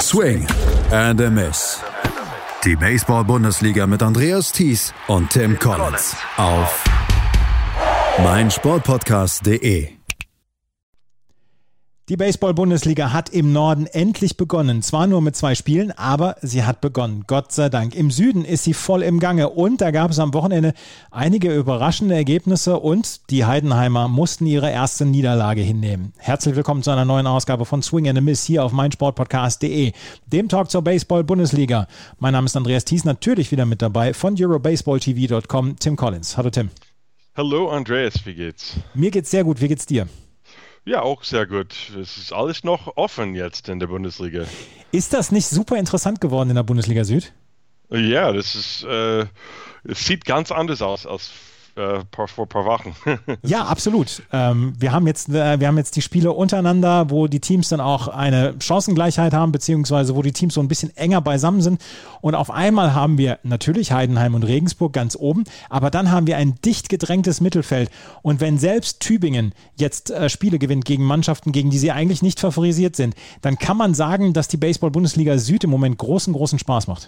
Swing and a Miss. Die Baseball-Bundesliga mit Andreas Thies und Tim Collins auf meinsportpodcast.de. Die Baseball-Bundesliga hat im Norden endlich begonnen. Zwar nur mit 2 Spielen, aber sie hat begonnen. Gott sei Dank. Im Süden ist sie voll im Gange und da gab es am Wochenende einige überraschende Ergebnisse und die Heidenheimer mussten ihre erste Niederlage hinnehmen. Herzlich willkommen zu einer neuen Ausgabe von Swing and a Miss hier auf meinsportpodcast.de, dem Talk zur Baseball-Bundesliga. Mein Name ist Andreas Thies, natürlich wieder mit dabei von eurobaseballtv.com, Tim Collins. Hallo Tim. Hallo Andreas, wie geht's? Mir geht's sehr gut, wie geht's dir? Ja, auch sehr gut. Es ist alles noch offen jetzt in der Bundesliga. Ist das nicht super interessant geworden in der Bundesliga Süd? Ja, das ist, es sieht ganz anders aus als vor ein paar Wochen. Ja, absolut. Wir haben jetzt die Spiele untereinander, wo die Teams dann auch eine Chancengleichheit haben, beziehungsweise wo die Teams so ein bisschen enger beisammen sind. Und auf einmal haben wir natürlich Heidenheim und Regensburg ganz oben, aber dann haben wir ein dicht gedrängtes Mittelfeld. Und wenn selbst Tübingen jetzt Spiele gewinnt gegen Mannschaften, gegen die sie eigentlich nicht favorisiert sind, dann kann man sagen, dass die Baseball-Bundesliga Süd im Moment großen Spaß macht.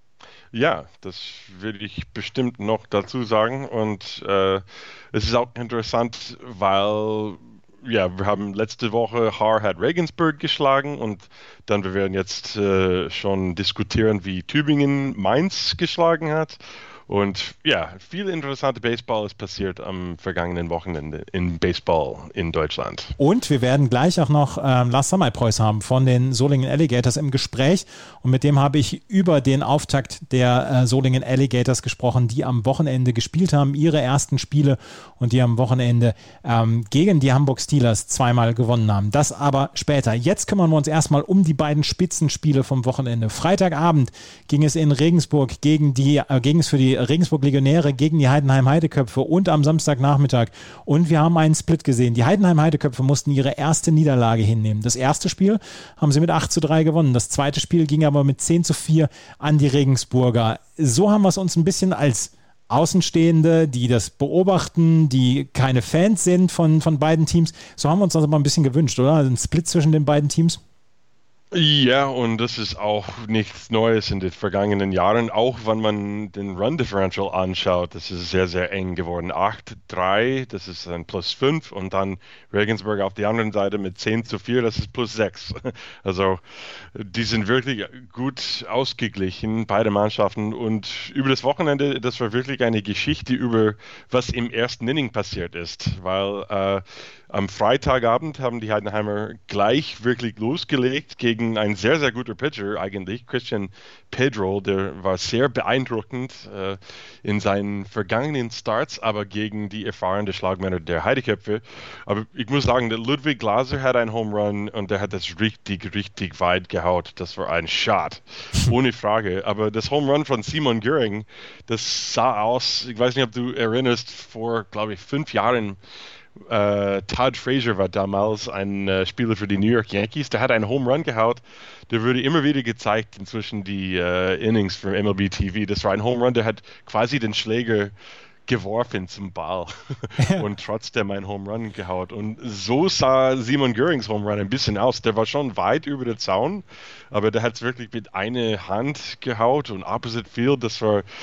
Ja, das will ich bestimmt noch dazu sagen und es ist auch interessant, weil wir haben letzte Woche Haar hat Regensburg geschlagen und dann wir werden jetzt schon diskutieren, wie Tübingen Mainz geschlagen hat. Und ja, viel interessante Baseball ist passiert am vergangenen Wochenende in Baseball in Deutschland. Und wir werden gleich auch noch Lars Sammerpreuß haben von den Solingen Alligators im Gespräch. Und mit dem habe ich über den Auftakt der Solingen Alligators gesprochen, die am Wochenende gespielt haben, ihre ersten Spiele und die am Wochenende gegen die Hamburg Steelers zweimal gewonnen haben. Das aber später. Jetzt kümmern wir uns erstmal um die beiden Spitzenspiele vom Wochenende. Freitagabend ging es in Regensburg ging es für die Regensburg Legionäre gegen die Heidenheim Heideköpfe und am Samstagnachmittag. Und wir haben einen Split gesehen. Die Heidenheim Heideköpfe mussten ihre erste Niederlage hinnehmen. Das erste Spiel haben sie mit 8:3 gewonnen. Das zweite Spiel ging aber mit 10:4 an die Regensburger. So haben wir es uns ein bisschen als Außenstehende, die das beobachten, die keine Fans sind von beiden Teams. So haben wir uns das aber ein bisschen gewünscht, oder? Also ein Split zwischen den beiden Teams. Ja, und das ist auch nichts Neues in den vergangenen Jahren, auch wenn man den Run Differential anschaut, das ist sehr eng geworden. 8:3, das ist ein +5 und dann Regensburg auf der anderen Seite mit 10:4, das ist +6. Also die sind wirklich gut ausgeglichen, beide Mannschaften, und über das Wochenende, das war wirklich eine Geschichte über, was im ersten Inning passiert ist, weil am Freitagabend haben die Heidenheimer gleich wirklich losgelegt gegen einen sehr guter Pitcher eigentlich, Christian Pedro, der war sehr beeindruckend in seinen vergangenen Starts, aber gegen die erfahrenen Schlagmänner der Heideköpfe. Aber ich muss sagen, der Ludwig Glaser hat einen Home Run und der hat das richtig weit gehaut. Das war ein Shot, ohne Frage. Aber das Home Run von Simon Göring, das sah aus, ich weiß nicht, ob du erinnerst, vor, glaube ich, 5 Jahren, Todd Frazier war damals ein Spieler für die New York Yankees, der hat einen Home Run gehaut, der wurde immer wieder gezeigt inzwischen die Innings für MLB TV. Das war ein Home Run, der hat quasi den Schläger geworfen zum Ball und trotzdem ein Home Run gehaut. Und so sah Simon Görings Home Run ein bisschen aus. Der war schon weit über der Zaun, aber der hat es wirklich mit einer Hand gehaut und Opposite Field. Das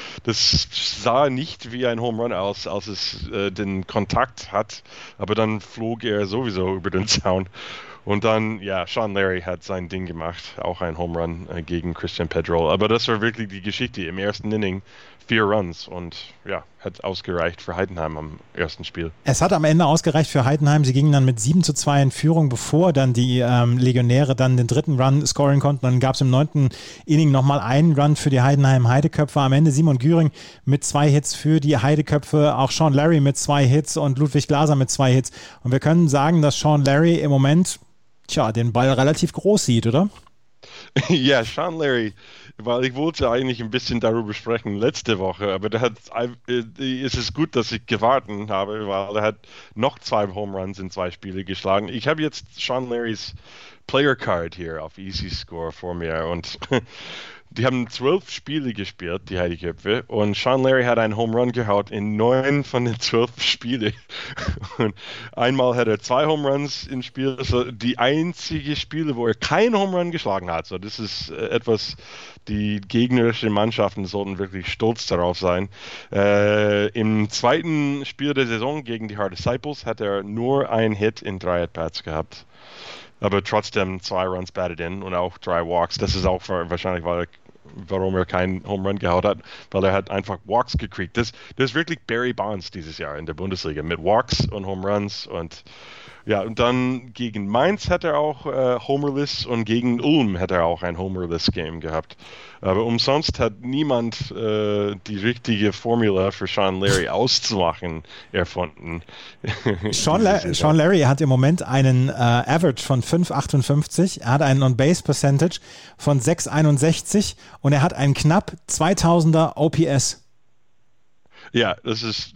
sah nicht wie ein Home Run aus, als es den Kontakt hat, aber dann flog er sowieso über den Zaun. Und dann, ja, Sean Larry hat sein Ding gemacht, auch ein Home Run gegen Christian Pedro. Aber das war wirklich die Geschichte im ersten Inning. 4 Runs und ja, hat ausgereicht für Heidenheim am ersten Spiel. Es hat am Ende ausgereicht für Heidenheim. Sie gingen dann mit 7:2 in Führung, bevor dann die Legionäre dann den dritten Run scoren konnten. Dann gab es im 9. Inning nochmal einen Run für die Heidenheim Heideköpfe. Am Ende Simon Göring mit 2 Hits für die Heideköpfe, auch Sean Larry mit 2 Hits und Ludwig Glaser mit 2 Hits. Und wir können sagen, dass Sean Larry im Moment den Ball relativ groß sieht, oder? Ja, Sean Larry, weil ich wollte eigentlich ein bisschen darüber sprechen letzte Woche, aber es ist gut, dass ich gewartet habe, weil er hat noch 2 Home Runs in 2 Spiele geschlagen. Ich habe jetzt Sean Larrys Player Card hier auf Easy Score vor mir und Die haben 12 Spiele gespielt, die Heideköpfe, und Sean Larry hat einen Home Run gehaut in 9 von den 12 Spielen. Und einmal hat er 2 Home Runs im Spiel, also die einzige Spiele, wo er keinen Home Run geschlagen hat. So, das ist etwas, die gegnerischen Mannschaften sollten wirklich stolz darauf sein. Im zweiten Spiel der Saison gegen die Hard Disciples hat er nur einen Hit in 3 At-Bats gehabt. Aber trotzdem 2 Runs batted in und auch 3 Walks. Das ist auch wahrscheinlich, warum er keinen Home Run gehaut hat, weil er hat einfach Walks gekriegt. Das ist wirklich Barry Bonds dieses Jahr in der Bundesliga mit Walks und Home Runs und ja, und dann gegen Mainz hat er auch Homerless und gegen Ulm hat er auch ein Homerless-Game gehabt. Aber umsonst hat niemand die richtige Formula für Sean Larry auszumachen erfunden. Sean Larry hat im Moment einen Average von 5,58, er hat einen On-Base-Percentage von 6,61 und er hat einen knapp 2000er OPS. Ja, das ist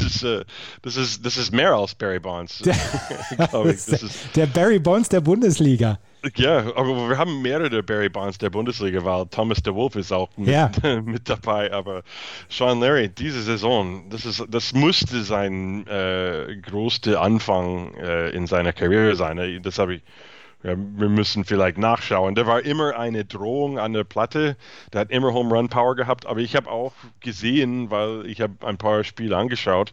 mehr als Barry Bonds. Glaube ich. Der Barry Bonds der Bundesliga. Ja, aber wir haben mehrere Barry Bonds der Bundesliga, weil Thomas DeWolf ist auch mit dabei. Aber Sean Larry, diese Saison, das musste sein größter Anfang in seiner Karriere sein. Das habe ich. Ja, wir müssen vielleicht nachschauen. Der war immer eine Drohung an der Platte. Der hat immer Home Run Power gehabt. Aber ich habe auch gesehen, weil ich habe ein paar Spiele angeschaut,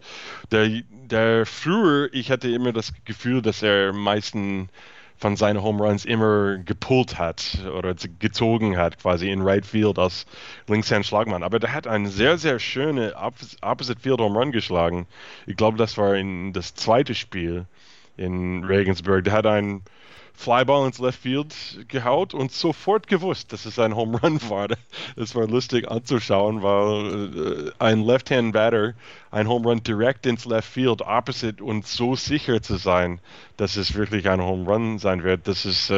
der früher, ich hatte immer das Gefühl, dass er meisten von seinen Home Runs immer gepullt hat oder gezogen hat, quasi in Right Field als Linkshand-Schlagmann. Aber der hat eine sehr, sehr schöne Opposite Field Home Run geschlagen. Ich glaube, das war in das zweite Spiel in Regensburg. Der hat einen Flyball ins Left Field gehaut und sofort gewusst, dass es ein Home Run war. Es war lustig anzuschauen, weil ein Left-Hand-Batter ein Home Run direkt ins Left Field, opposite und so sicher zu sein, dass es wirklich ein Home Run sein wird, das ist,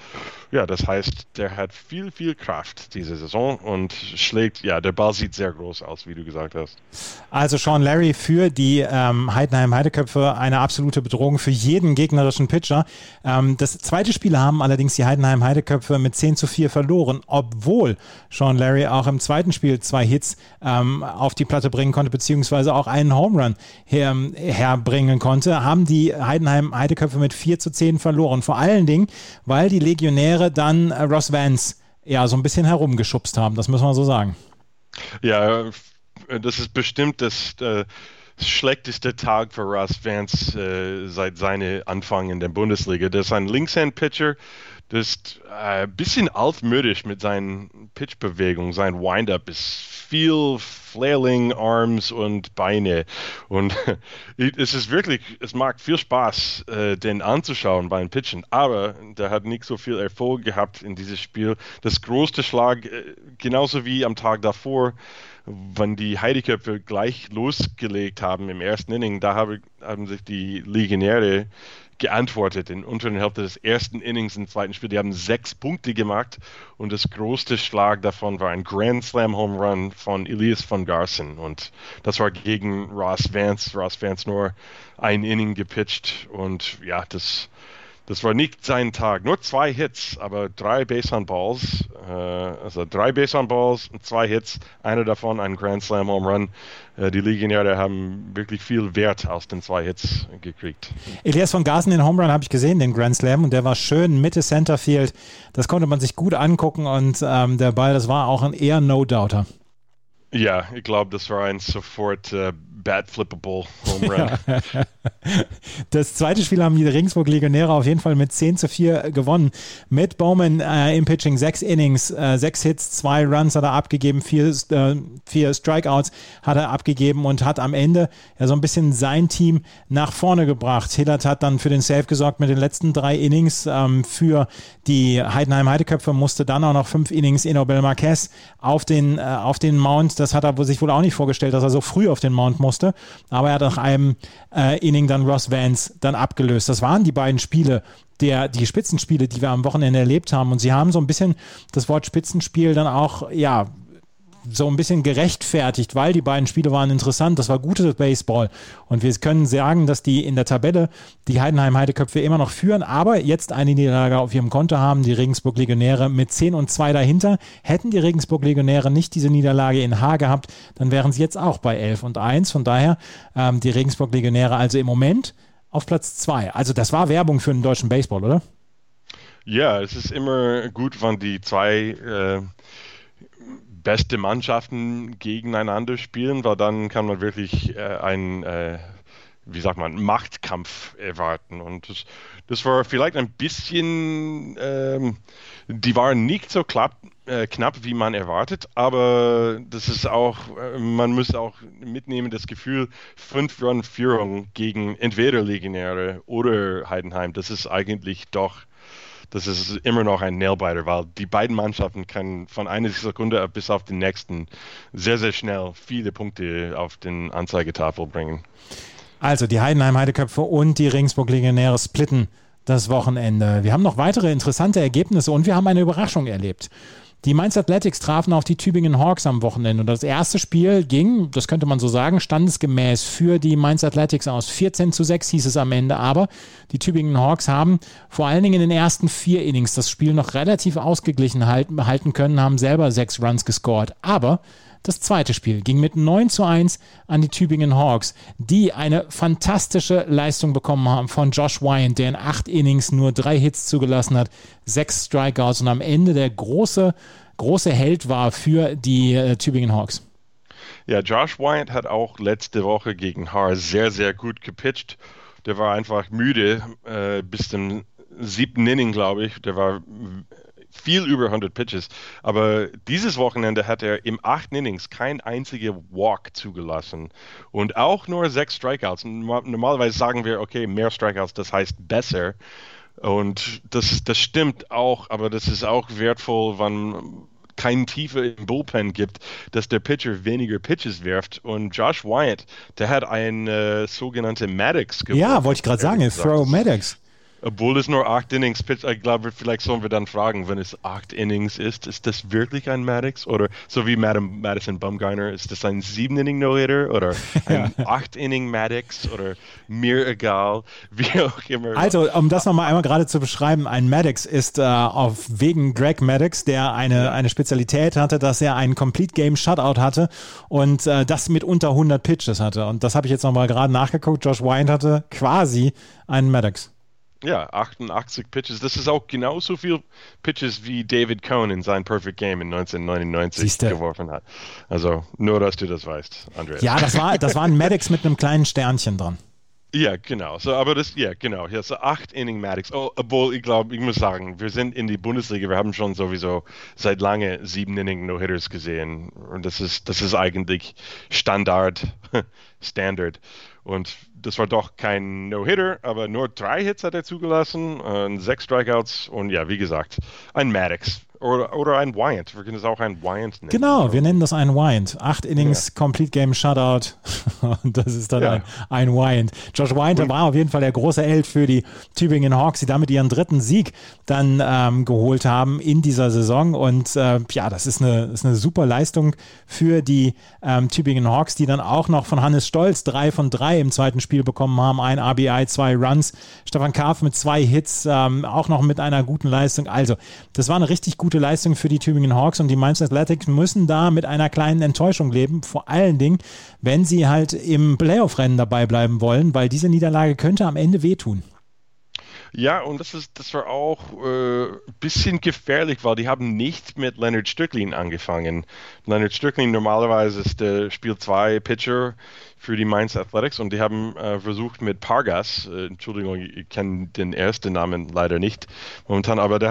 das heißt, der hat viel, viel Kraft diese Saison und schlägt, der Ball sieht sehr groß aus, wie du gesagt hast. Also Sean Larry für die Heidenheim Heideköpfe eine absolute Bedrohung für jeden gegnerischen Pitcher. Das zweite Spiel haben allerdings die Heidenheim Heideköpfe mit 10-4 verloren, obwohl Sean Larry auch im zweiten Spiel 2 Hits auf die Platte bringen konnte, beziehungsweise auch einen Home Run herbringen konnte, haben die Heidenheim Heideköpfe mit 4-10 verloren. Vor allen Dingen, weil die Legionäre dann Ross Vance so ein bisschen herumgeschubst haben, das muss man so sagen. Ja, das ist bestimmt das schlechteste Tag für Ross Vance seit seinem Anfang in der Bundesliga. Das ist ein Linkshand-Pitcher, das ist ein bisschen altmodisch mit seinen Pitchbewegungen. Sein Wind-Up ist viel Flailing Arms und Beine. Und es macht viel Spaß, den anzuschauen beim Pitchen. Aber der hat nicht so viel Erfolg gehabt in diesem Spiel. Das größte Schlag, genauso wie am Tag davor, wenn die Heideköpfe gleich losgelegt haben im ersten Inning, da haben sich die Legionäre geantwortet in unteren Hälfte des ersten Innings im zweiten Spiel. Die haben 6 Punkte gemacht und das größte Schlag davon war ein Grand Slam Home Run von Elias von Garson und das war gegen Ross Vance. Ross Vance nur ein Inning gepitcht und das war nicht sein Tag. Nur 2 Hits, aber 3 Base-on-Balls. Also 3 Base-on-Balls und 2 Hits. Einer davon ein Grand Slam Home Run. Die Legionäre haben wirklich viel Wert aus den 2 Hits gekriegt. Elias von Garson, den Home Run habe ich gesehen, den Grand Slam. Und der war schön Mitte Centerfield. Das konnte man sich gut angucken. Und der Ball, das war auch ein eher No-Doubter. Ja, ich glaube, das war ein sofort Bat-Flippable Home Run. Ja. Das zweite Spiel haben die Regensburg Legionäre auf jeden Fall mit 10-4 gewonnen. Mit Bowman im Pitching 6 Innings, 6 Hits, 2 Runs hat er abgegeben, 4 Strikeouts hat er abgegeben und hat am Ende so ein bisschen sein Team nach vorne gebracht. Hillert hat dann für den Save gesorgt mit den letzten 3 Innings für die Heidenheim Heideköpfe, musste dann auch noch 5 Innings Enobel Marquez auf den Mount. Das hat er sich wohl auch nicht vorgestellt, dass er so früh auf den Mount musste, aber er hat nach einem Inning dann Ross Vance dann abgelöst. Das waren die beiden Spiele, die Spitzenspiele, die wir am Wochenende erlebt haben und sie haben so ein bisschen das Wort Spitzenspiel dann auch, so ein bisschen gerechtfertigt, weil die beiden Spiele waren interessant, das war gutes Baseball und wir können sagen, dass die in der Tabelle die Heidenheim Heideköpfe immer noch führen, aber jetzt eine Niederlage auf ihrem Konto haben, die Regensburg Legionäre mit 10-2 dahinter. Hätten die Regensburg Legionäre nicht diese Niederlage in Haar gehabt, dann wären sie jetzt auch bei 11-1, von daher die Regensburg Legionäre also im Moment auf Platz 2. Also das war Werbung für den deutschen Baseball, oder? Ja, es ist immer gut, wenn die zwei beste Mannschaften gegeneinander spielen, weil dann kann man wirklich wie sagt man, Machtkampf erwarten. Und das war vielleicht ein bisschen, die waren nicht so knapp, wie man erwartet, aber das ist auch, man muss auch mitnehmen, das Gefühl, 5-Run-Führung gegen entweder Legionäre oder Heidenheim, das ist eigentlich doch, das ist immer noch ein Nailbiter, weil die beiden Mannschaften können von einer Sekunde bis auf den nächsten sehr, sehr schnell viele Punkte auf den Anzeigetafel bringen. Also die Heidenheim Heideköpfe und die Regensburg Legionäre splitten das Wochenende. Wir haben noch weitere interessante Ergebnisse und wir haben eine Überraschung erlebt. Die Mainz Athletics trafen auf die Tübingen Hawks am Wochenende und das erste Spiel ging, das könnte man so sagen, standesgemäß für die Mainz Athletics aus. 14-6 hieß es am Ende, aber die Tübingen Hawks haben vor allen Dingen in den ersten 4 Innings das Spiel noch relativ ausgeglichen halten können, haben selber 6 Runs gescored, aber das zweite Spiel ging mit 9-1 an die Tübingen Hawks, die eine fantastische Leistung bekommen haben von Josh Wyant, der in 8 Innings nur 3 Hits zugelassen hat, 6 Strikeouts und am Ende der große Held war für die Tübingen Hawks. Ja, Josh Wyant hat auch letzte Woche gegen Haar sehr, sehr gut gepitcht. Der war einfach müde bis zum 7. Inning, glaube ich. Der war viel über 100 Pitches, aber dieses Wochenende hat er im 8. Innings kein einziger Walk zugelassen und auch nur 6 Strikeouts. Normalerweise sagen wir, okay, mehr Strikeouts, das heißt besser und das stimmt auch, aber das ist auch wertvoll, wenn kein Tiefe im Bullpen gibt, dass der Pitcher weniger Pitches wirft und Josh Wyant, der hat ein sogenannte Maddox geworfen. Ja, wollte ich gerade sagen, Throw Maddox. Obwohl es nur 8 Innings pitcht, ich glaube, vielleicht sollen wir dann fragen, wenn es 8 Innings ist das wirklich ein Maddox? Oder so wie Madison Bumgarner, ist das ein 7-Inning No-Hitter oder ein 8-Inning Maddox oder mir egal, wie auch immer. Also, um das nochmal einmal gerade zu beschreiben, ein Maddox ist wegen Greg Maddox, der eine Spezialität hatte, dass er einen Complete Game Shutout hatte und das mit unter 100 Pitches hatte. Und das habe ich jetzt nochmal gerade nachgeguckt. Josh Wyant hatte quasi einen Maddox. Ja, 88 Pitches. Das ist auch genauso viel Pitches wie David Cohn in sein Perfect Game in 1999 geworfen hat. Also nur, dass du das weißt, Andreas. Ja, das war ein Maddox mit einem kleinen Sternchen dran. Ja, genau. So, aber genau. Ja, so 8 Inning Maddox. Oh, obwohl, ich glaube, ich muss sagen, wir sind in die Bundesliga, wir haben schon sowieso seit lange 7 Inning No-Hitters gesehen. Und das ist eigentlich Standard. Und das war doch kein No-Hitter, aber nur 3 Hits hat er zugelassen, 6 Strikeouts und ja, wie gesagt, ein Maddox. Oder ein Wyant. Wir können es auch ein Wyant nennen. Genau, wir nennen das ein Wyant. 8 Innings, Complete Game Shutout. Und das ist dann ein Wyant. Josh Wyant war auf jeden Fall der große Held für die Tübingen Hawks, die damit ihren 3. Sieg dann geholt haben in dieser Saison. Und das ist eine super Leistung für die Tübingen Hawks, die dann auch noch von Hannes Stolz 3 von 3 im zweiten Spiel bekommen haben. Ein RBI, 2 Runs. Stefan Karpf mit 2 Hits, auch noch mit einer guten Leistung. Also, das war eine richtig gute Leistung für die Tübingen Hawks und die Mainz Athletics müssen da mit einer kleinen Enttäuschung leben, vor allen Dingen, wenn sie halt im Playoff-Rennen dabei bleiben wollen, weil diese Niederlage könnte am Ende wehtun. Ja, und das war auch ein bisschen gefährlich, weil die haben nicht mit Leonard Stöcklin angefangen. Leonard Stöcklin normalerweise ist der Spiel 2 Pitcher für die Mainz Athletics und die haben versucht mit Pargas, Entschuldigung, ich kenne den ersten Namen leider nicht momentan, aber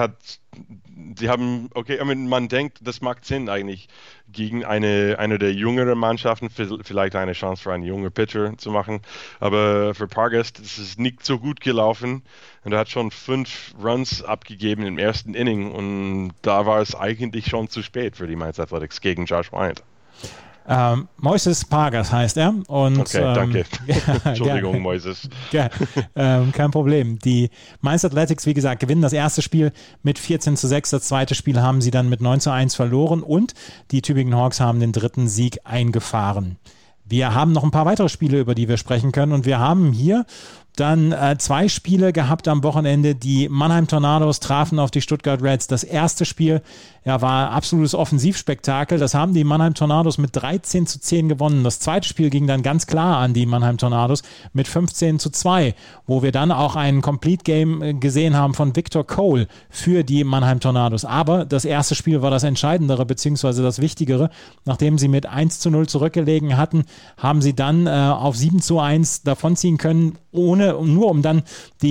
man denkt, das macht Sinn eigentlich, gegen eine der jüngeren Mannschaften vielleicht eine Chance für einen jungen Pitcher zu machen, aber für Pargas ist es nicht so gut gelaufen und er hat schon 5 Runs abgegeben im ersten Inning und da war es eigentlich schon zu spät für die Mainz Athletics gegen Josh Wyant. Moises Pargas heißt er. Und, okay, danke. Entschuldigung, gerne. Moises. Kein Problem. Die Mainz Athletics, wie gesagt, gewinnen das erste Spiel mit 14:6. Das zweite Spiel haben sie dann mit 9:1 verloren und die Tübingen Hawks haben den dritten Sieg eingefahren. Wir haben noch ein paar weitere Spiele, über die wir sprechen können und wir haben hier dann 2 Spiele gehabt am Wochenende. Die Mannheim Tornados trafen auf die Stuttgart Reds. Das erste Spiel war absolutes Offensivspektakel. Das haben die Mannheim Tornados mit 13:10 gewonnen. Das zweite Spiel ging dann ganz klar an die Mannheim Tornados mit 15:2, wo wir dann auch ein Complete Game gesehen haben von Victor Cole für die Mannheim Tornados. Aber das erste Spiel war das Entscheidendere bzw. das Wichtigere. Nachdem sie mit 1:0 zurückgelegen hatten, haben sie dann auf 7:1 davonziehen können, nur um dann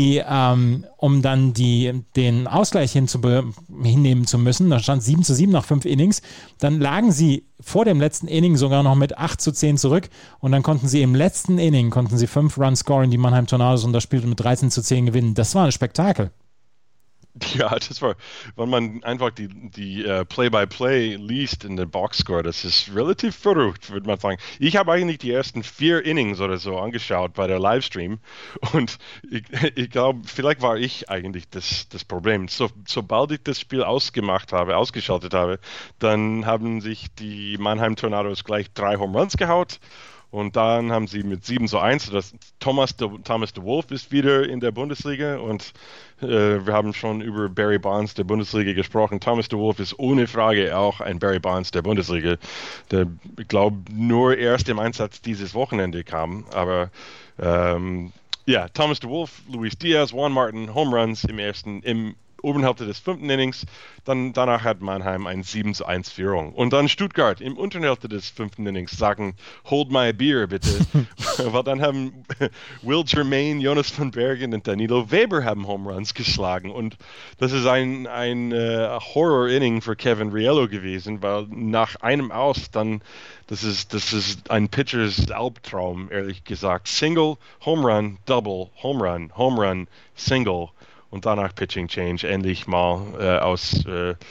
den Ausgleich hinnehmen zu müssen. Da stand 7:7 nach 5 Innings. Dann lagen sie vor dem letzten Inning sogar noch mit 8:10 zurück und dann konnten sie im letzten Inning 5 Runs scoren, die Mannheim Tornados, und das Spiel mit 13:10 gewinnen. Das war ein Spektakel. Ja, das war, wenn man einfach die Play-by-Play liest in der Boxscore, das ist relativ verrückt, würde man sagen. Ich habe eigentlich die ersten 4 Innings oder so angeschaut bei der Livestream und ich glaube, vielleicht war ich eigentlich das Problem. Sobald ich das Spiel ausgeschaltet habe, dann haben sich die Mannheim Tornados gleich 3 Home Runs gehaut. Und dann haben sie mit 7:1, Thomas de Wolf ist wieder in der Bundesliga und wir haben schon über Barry Bonds der Bundesliga gesprochen. Thomas de Wolf ist ohne Frage auch ein Barry Bonds der Bundesliga, der, ich glaube, nur erst im Einsatz dieses Wochenende kam. Aber Thomas de Wolf, Luis Diaz, Juan Martin, Home Runs im oberen Hälfte des 5. Innings, danach hat Mannheim ein 7:1 Führung. Und dann Stuttgart im unteren Hälfte des 5. Innings sagen, hold my beer bitte. Weil dann haben Will Germain, Jonas von Bergen und Danilo Weber haben Home Runs geschlagen. Und das ist ein Horror-Inning für Kevin Riello gewesen, weil nach einem Aus dann, das ist ein Pitchers Albtraum, ehrlich gesagt. Single, Home Run, Double, Home Run, Single. Und danach Pitching Change, endlich mal aus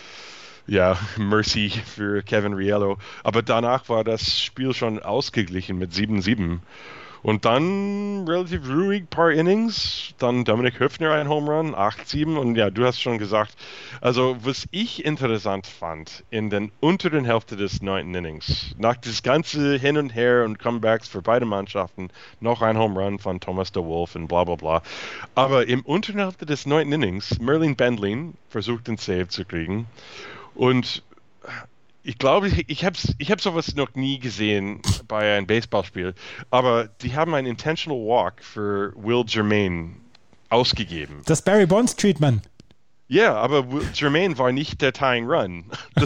Mercy für Kevin Riello. Aber danach war das Spiel schon ausgeglichen mit 7:7. Und dann relativ ruhig, paar Innings. Dann Dominik Höfner ein Home Run, 8:7. Und ja, du hast schon gesagt, also was ich interessant fand in den unteren Hälfte des 9. Innings, nach das ganze Hin und Her und Comebacks für beide Mannschaften, noch ein Home Run von Thomas de Wolf und bla bla bla. Aber im unteren Hälfte des 9. Innings, Merlin Bendlin versucht den Save zu kriegen. Und ich glaube, ich hab sowas noch nie gesehen bei einem Baseballspiel, aber die haben einen Intentional Walk für Will Germain ausgegeben. Das Barry Bonds Treatment. Ja, aber Will Germain war nicht der Tying Run.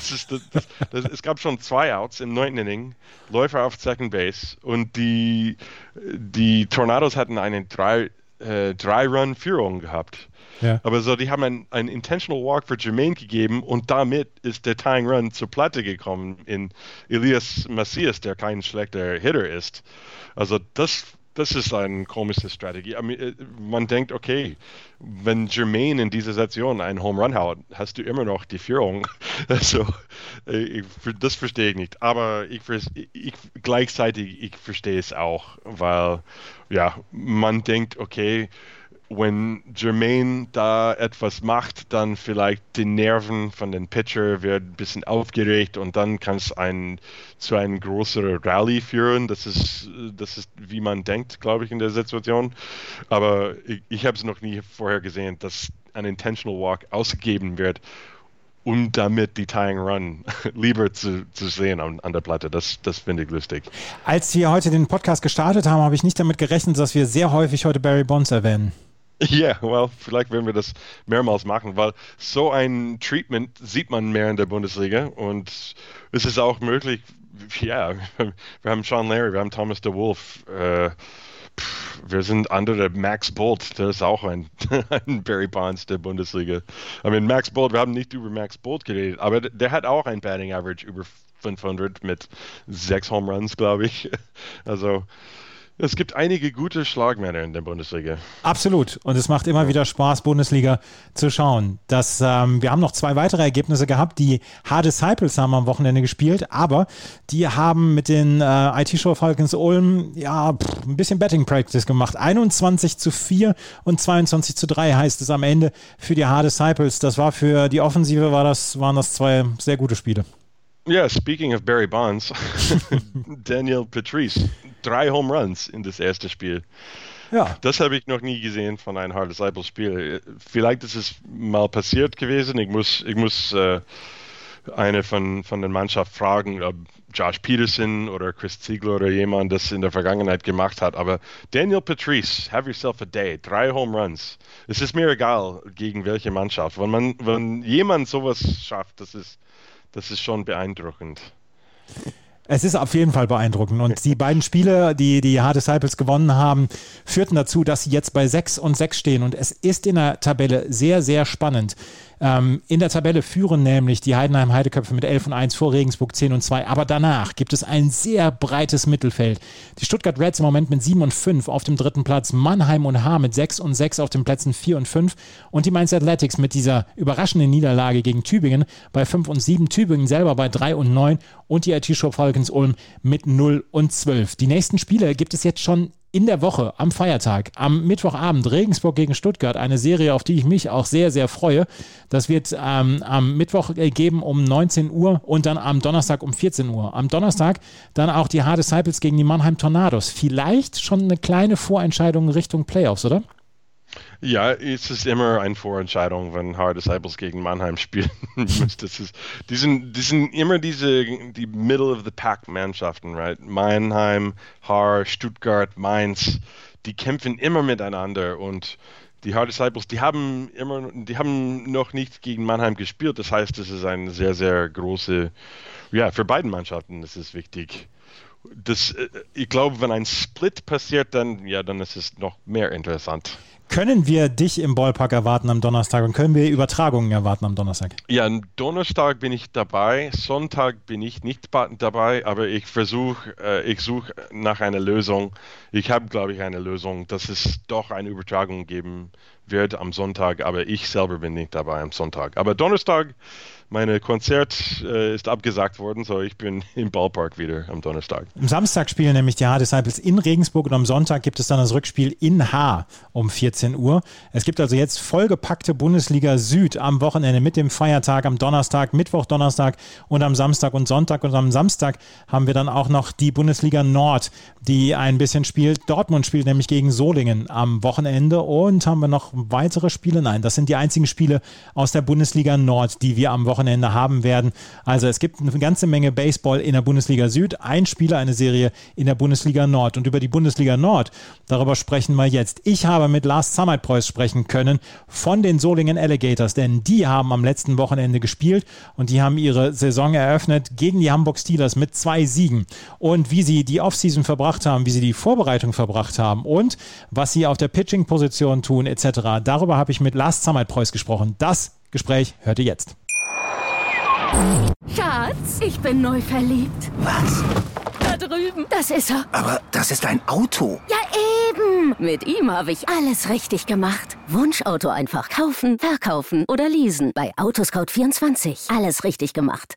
Es gab schon 2 Outs im 9. Inning, Läufer auf Second Base und die Tornados hatten eine 3-Run-Führung gehabt. Ja. Aber so, die haben einen Intentional Walk für Germain gegeben und damit ist der Tying Run zur Platte gekommen in Elias Macias, der kein schlechter Hitter ist. Also das ist eine komische Strategie. Man denkt, okay, wenn Germain in dieser Situation einen Home Run haut, hast du immer noch die Führung. Also, das verstehe ich nicht. Aber gleichzeitig, ich verstehe es auch, weil man denkt, okay, wenn Germain da etwas macht, dann vielleicht die Nerven von den Pitcher wird ein bisschen aufgeregt und dann kann es zu einem größeren Rally führen. Das ist, wie man denkt, glaube ich, in der Situation. Aber ich habe es noch nie vorher gesehen, dass ein Intentional Walk ausgegeben wird, um damit die Tying Run lieber zu sehen an der Platte. Das finde ich lustig. Als wir heute den Podcast gestartet haben, habe ich nicht damit gerechnet, dass wir sehr häufig heute Barry Bonds erwähnen. Ja, vielleicht werden wir das mehrmals machen, weil so ein Treatment sieht man mehr in der Bundesliga und es ist auch möglich, wir haben Sean Larry, wir haben Thomas de Wolf, wir sind andere, Max Bolt, der ist auch ein Barry Bonds der Bundesliga. Max Bolt, wir haben nicht über Max Bolt geredet, aber der hat auch ein Batting Average über 500 mit 6 Home Runs, glaube ich. Also Es gibt einige gute Schlagmänner in der Bundesliga. Absolut. Und es macht immer wieder Spaß, Bundesliga zu schauen. Wir haben noch 2 weitere Ergebnisse gehabt. Die H-Disciples haben am Wochenende gespielt, aber die haben mit den IT-Show Falcons Ulm ein bisschen Betting Practice gemacht. 21:4 und 22:3 heißt es am Ende für die H-Disciples. Das war für die Offensive, waren das 2 sehr gute Spiele. Ja, speaking of Barry Bonds, Daniel Patrice, 3 Home Runs in das erste Spiel. Ja. Das habe ich noch nie gesehen von einem H-Disciples-Spiel. Vielleicht ist es mal passiert gewesen. Ich muss eine von der Mannschaft fragen, ob Josh Peterson oder Chris Ziegler oder jemand das in der Vergangenheit gemacht hat. Aber Daniel Patrice, have yourself a day, 3 Home Runs. Es ist mir egal, gegen welche Mannschaft. Wenn jemand sowas schafft, das ist schon beeindruckend. Es ist auf jeden Fall beeindruckend. Und die beiden Spiele, die H-Disciples gewonnen haben, führten dazu, dass sie jetzt bei 6-6 stehen. Und es ist in der Tabelle sehr, sehr spannend. In der Tabelle führen nämlich die Heidenheim Heideköpfe mit 11-1 vor Regensburg 10-2. Aber danach gibt es ein sehr breites Mittelfeld. Die Stuttgart Reds im Moment mit 7-5 auf dem 3. Platz. Mannheim und Haar mit 6-6 auf den Plätzen 4 und 5. Und die Mainz Athletics mit dieser überraschenden Niederlage gegen Tübingen bei 5-7. Tübingen selber bei 3-9. Und die IT-Show Falcons Ulm mit 0-12. Die nächsten Spiele gibt es jetzt schon in der Woche, am Feiertag, am Mittwochabend, Regensburg gegen Stuttgart, eine Serie, auf die ich mich auch sehr, sehr freue. Das wird am Mittwoch geben um 19 Uhr und dann am Donnerstag um 14 Uhr. Am Donnerstag dann auch die H-Disciples gegen die Mannheim Tornados. Vielleicht schon eine kleine Vorentscheidung Richtung Playoffs, oder? Ja, es ist immer eine Vorentscheidung, wenn H-Disciples gegen Mannheim spielen. Die sind immer die Middle-of-the-Pack-Mannschaften, right? Mannheim, Haar, Stuttgart, Mainz, die kämpfen immer miteinander und die H-Disciples, die haben noch nicht gegen Mannheim gespielt. Das heißt, es ist eine sehr, sehr große, für beide Mannschaften ist es wichtig. Ich glaube, wenn ein Split passiert, dann ist es noch mehr interessant. Können wir dich im Ballpark erwarten am Donnerstag und können wir Übertragungen erwarten am Donnerstag? Ja, am Donnerstag bin ich dabei, Sonntag bin ich nicht dabei, aber ich suche nach einer Lösung. Ich habe, glaube ich, eine Lösung, dass es doch eine Übertragung geben wird am Sonntag, aber ich selber bin nicht dabei am Sonntag. Aber Donnerstag, mein Konzert ist abgesagt worden, so ich bin im Ballpark wieder am Donnerstag. Am Samstag spielen nämlich die H-Disciples in Regensburg und am Sonntag gibt es dann das Rückspiel in Haar um 14 Uhr. Es gibt also jetzt vollgepackte Bundesliga Süd am Wochenende mit dem Feiertag am Donnerstag, Mittwoch, Donnerstag und am Samstag und Sonntag. Und am Samstag haben wir dann auch noch die Bundesliga Nord, die ein bisschen spielt. Dortmund spielt nämlich gegen Solingen am Wochenende und haben wir noch weitere Spiele? Nein, das sind die einzigen Spiele aus der Bundesliga Nord, die wir am Wochenende haben werden. Also es gibt eine ganze Menge Baseball in der Bundesliga Süd, ein Spieler, eine Serie in der Bundesliga Nord. Und über die Bundesliga Nord, darüber sprechen wir jetzt. Ich habe mit Lars Sammertpreuß sprechen können von den Solingen Alligators, denn die haben am letzten Wochenende gespielt und die haben ihre Saison eröffnet gegen die Hamburg Steelers mit 2 Siegen. Und wie sie die Offseason verbracht haben, wie sie die Vorbereitung verbracht haben und was sie auf der Pitching-Position tun etc., darüber habe ich mit Lars Sammertpreuß gesprochen. Das Gespräch hört ihr jetzt. Schatz, ich bin neu verliebt. Was? Da drüben. Das ist er. Aber das ist ein Auto. Ja, eben. Mit ihm habe ich alles richtig gemacht. Wunschauto einfach kaufen, verkaufen oder leasen. Bei Autoscout24. Alles richtig gemacht.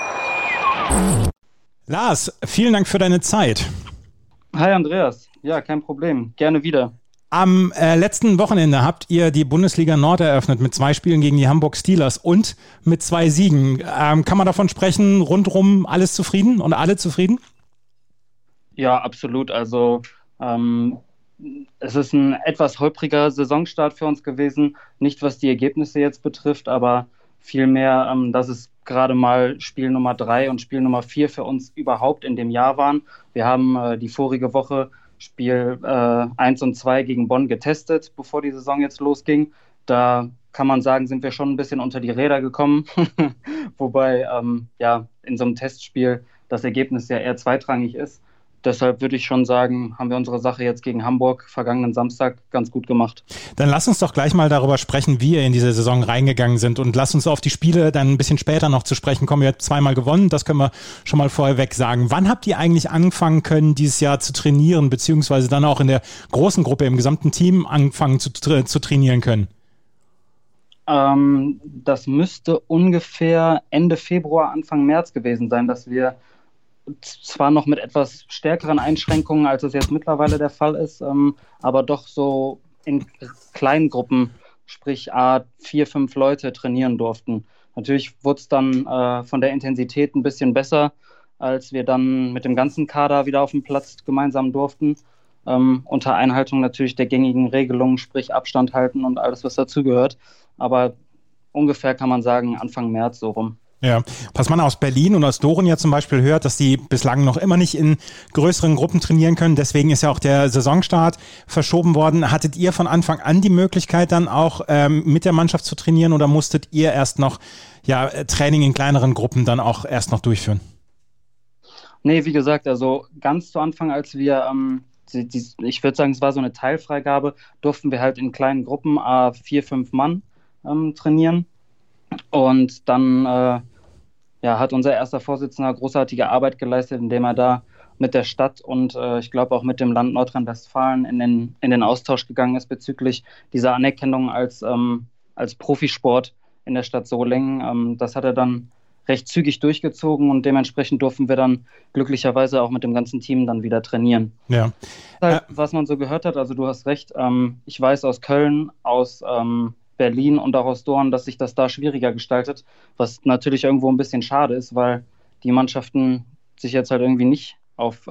Lars, vielen Dank für deine Zeit. Hi Andreas. Ja, kein Problem. Gerne wieder. Am letzten Wochenende habt ihr die Bundesliga Nord eröffnet mit 2 Spielen gegen die Hamburg Steelers und mit 2 Siegen. Kann man davon sprechen, rundrum alles zufrieden und alle zufrieden? Ja, absolut. Also es ist ein etwas holpriger Saisonstart für uns gewesen. Nicht, was die Ergebnisse jetzt betrifft, aber vielmehr, dass es gerade mal Spiel Nummer 3 und Spiel Nummer 4 für uns überhaupt in dem Jahr waren. Wir haben die vorige Woche Spiel 1 und 2 gegen Bonn getestet, bevor die Saison jetzt losging. Da kann man sagen, sind wir schon ein bisschen unter die Räder gekommen. Wobei in so einem Testspiel das Ergebnis ja eher zweitrangig ist. deshalb würde ich schon sagen, haben wir unsere Sache jetzt gegen Hamburg vergangenen Samstag ganz gut gemacht. Dann lass uns doch gleich mal darüber sprechen, wie ihr in diese Saison reingegangen sind und lass uns auf die Spiele dann ein bisschen später noch zu sprechen kommen. Ihr habt 2-mal gewonnen, das können wir schon mal vorweg sagen. Wann habt ihr eigentlich angefangen können, dieses Jahr zu trainieren, beziehungsweise dann auch in der großen Gruppe, im gesamten Team anfangen zu trainieren können? Das müsste ungefähr Ende Februar, Anfang März gewesen sein, dass wir zwar noch mit etwas stärkeren Einschränkungen, als es jetzt mittlerweile der Fall ist, aber doch so in kleinen Gruppen, sprich 4, 5 Leute trainieren durften. Natürlich wurde es dann von der Intensität ein bisschen besser, als wir dann mit dem ganzen Kader wieder auf dem Platz gemeinsam durften. Unter Einhaltung natürlich der gängigen Regelungen, sprich Abstand halten und alles, was dazugehört. Aber ungefähr kann man sagen, Anfang März so rum. Ja, was man aus Berlin und aus Doren ja zum Beispiel hört, dass die bislang noch immer nicht in größeren Gruppen trainieren können. Deswegen ist ja auch der Saisonstart verschoben worden. Hattet ihr von Anfang an die Möglichkeit dann auch mit der Mannschaft zu trainieren oder musstet ihr erst noch Training in kleineren Gruppen dann auch erst noch durchführen? Nee, wie gesagt, also ganz zu Anfang, als wir, ich würde sagen, es war so eine Teilfreigabe, durften wir halt in kleinen Gruppen 4, 5 Mann trainieren. Und dann hat unser erster Vorsitzender großartige Arbeit geleistet, indem er da mit der Stadt und ich glaube auch mit dem Land Nordrhein-Westfalen in den Austausch gegangen ist bezüglich dieser Anerkennung als Profisport in der Stadt Solingen. Das hat er dann recht zügig durchgezogen und dementsprechend durften wir dann glücklicherweise auch mit dem ganzen Team dann wieder trainieren. Ja. Was man so gehört hat, also du hast recht, ich weiß aus Köln, aus Berlin und auch aus Doren, dass sich das da schwieriger gestaltet, was natürlich irgendwo ein bisschen schade ist, weil die Mannschaften sich jetzt halt irgendwie nicht auf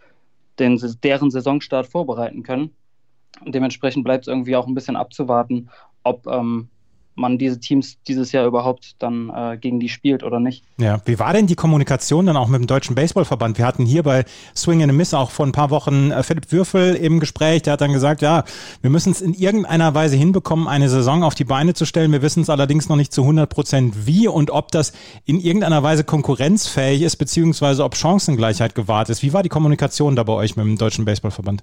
deren Saisonstart vorbereiten können. Und dementsprechend bleibt es irgendwie auch ein bisschen abzuwarten, ob man diese Teams dieses Jahr überhaupt dann gegen die spielt oder nicht. Ja, wie war denn die Kommunikation dann auch mit dem Deutschen Baseballverband? Wir hatten hier bei Swing and a Miss auch vor ein paar Wochen Philipp Würfel im Gespräch, der hat dann gesagt, ja, wir müssen es in irgendeiner Weise hinbekommen, eine Saison auf die Beine zu stellen. Wir wissen es allerdings noch nicht zu 100% wie und ob das in irgendeiner Weise konkurrenzfähig ist, beziehungsweise ob Chancengleichheit gewahrt ist. Wie war die Kommunikation da bei euch mit dem Deutschen Baseballverband?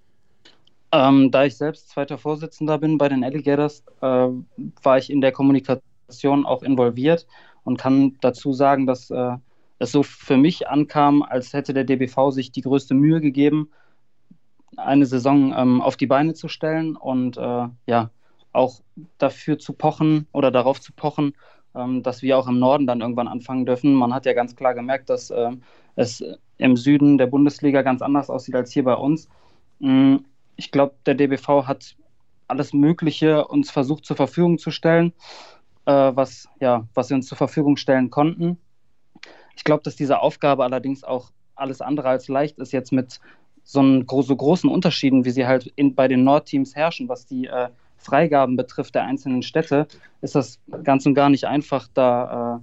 Da ich selbst zweiter Vorsitzender bin bei den Alligators, war ich in der Kommunikation auch involviert und kann dazu sagen, dass es so für mich ankam, als hätte der DBV sich die größte Mühe gegeben, eine Saison auf die Beine zu stellen und auch dafür zu pochen oder darauf zu pochen, dass wir auch im Norden dann irgendwann anfangen dürfen. Man hat ja ganz klar gemerkt, dass es im Süden der Bundesliga ganz anders aussieht als hier bei uns. Ich glaube, der DBV hat alles Mögliche uns versucht zur Verfügung zu stellen, was sie uns zur Verfügung stellen konnten. Ich glaube, dass diese Aufgabe allerdings auch alles andere als leicht ist, jetzt mit so großen Unterschieden, wie sie halt bei den Nordteams herrschen, was die Freigaben betrifft der einzelnen Städte, ist das ganz und gar nicht einfach, da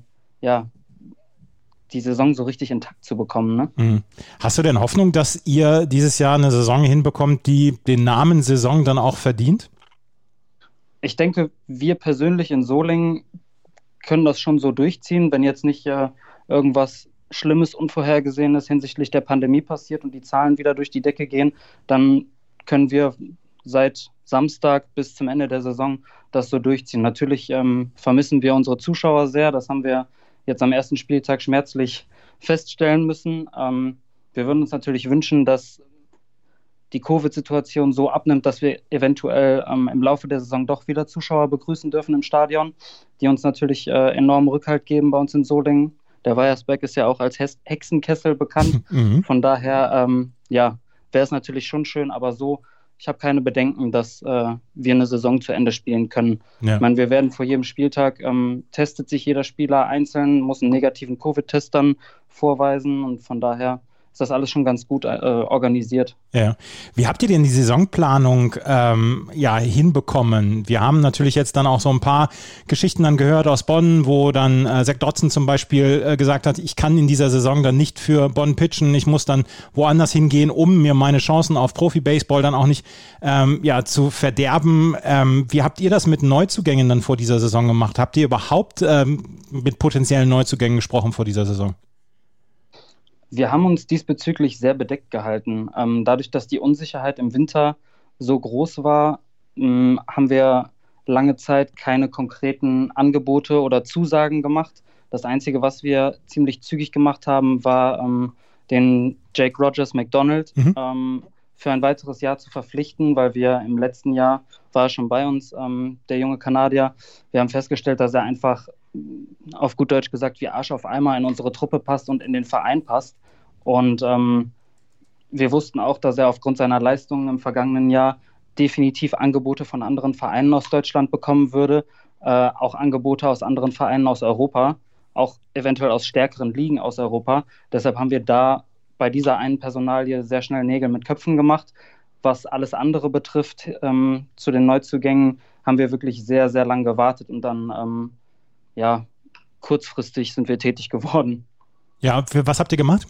die Saison so richtig intakt zu bekommen. Ne? Hast du denn Hoffnung, dass ihr dieses Jahr eine Saison hinbekommt, die den Namen Saison dann auch verdient? Ich denke, wir persönlich in Solingen können das schon so durchziehen, wenn jetzt nicht irgendwas Schlimmes, Unvorhergesehenes hinsichtlich der Pandemie passiert und die Zahlen wieder durch die Decke gehen, dann können wir seit Samstag bis zum Ende der Saison das so durchziehen. Natürlich vermissen wir unsere Zuschauer sehr, das haben wir jetzt am ersten Spieltag schmerzlich feststellen müssen. Wir würden uns natürlich wünschen, dass die Covid-Situation so abnimmt, dass wir eventuell im Laufe der Saison doch wieder Zuschauer begrüßen dürfen im Stadion, die uns natürlich enormen Rückhalt geben bei uns in Solingen. Der Weiersberg ist ja auch als Hexenkessel bekannt. Von daher wäre es natürlich schon schön, aber so, ich habe keine Bedenken, dass wir eine Saison zu Ende spielen können. Ja. Ich meine, wir werden vor jedem Spieltag, testet sich jeder Spieler einzeln, muss einen negativen Covid-Test dann vorweisen und von daher ist das alles schon ganz gut organisiert. Ja. Wie habt ihr denn die Saisonplanung hinbekommen? Wir haben natürlich jetzt dann auch so ein paar Geschichten dann gehört aus Bonn, wo dann Zach Dodson zum Beispiel gesagt hat, ich kann in dieser Saison dann nicht für Bonn pitchen, ich muss dann woanders hingehen, um mir meine Chancen auf Profi-Baseball dann auch nicht zu verderben. Wie habt ihr das mit Neuzugängen dann vor dieser Saison gemacht? Habt ihr überhaupt mit potenziellen Neuzugängen gesprochen vor dieser Saison? Wir haben uns diesbezüglich sehr bedeckt gehalten. Dadurch, dass die Unsicherheit im Winter so groß war, haben wir lange Zeit keine konkreten Angebote oder Zusagen gemacht. Das Einzige, was wir ziemlich zügig gemacht haben, war den Jake Rogers McDonald für ein weiteres Jahr zu verpflichten, weil wir im letzten Jahr, war er schon bei uns, der junge Kanadier, wir haben festgestellt, dass er einfach, auf gut Deutsch gesagt, wie Arsch auf Eimer in unsere Truppe passt und in den Verein passt. Und wir wussten auch, dass er aufgrund seiner Leistungen im vergangenen Jahr definitiv Angebote von anderen Vereinen aus Deutschland bekommen würde, auch Angebote aus anderen Vereinen aus Europa, auch eventuell aus stärkeren Ligen aus Europa. Deshalb haben wir da bei dieser einen Personalie sehr schnell Nägel mit Köpfen gemacht. Was alles andere betrifft, zu den Neuzugängen, haben wir wirklich sehr, sehr lang gewartet und dann, kurzfristig sind wir tätig geworden. Ja, was habt ihr gemacht?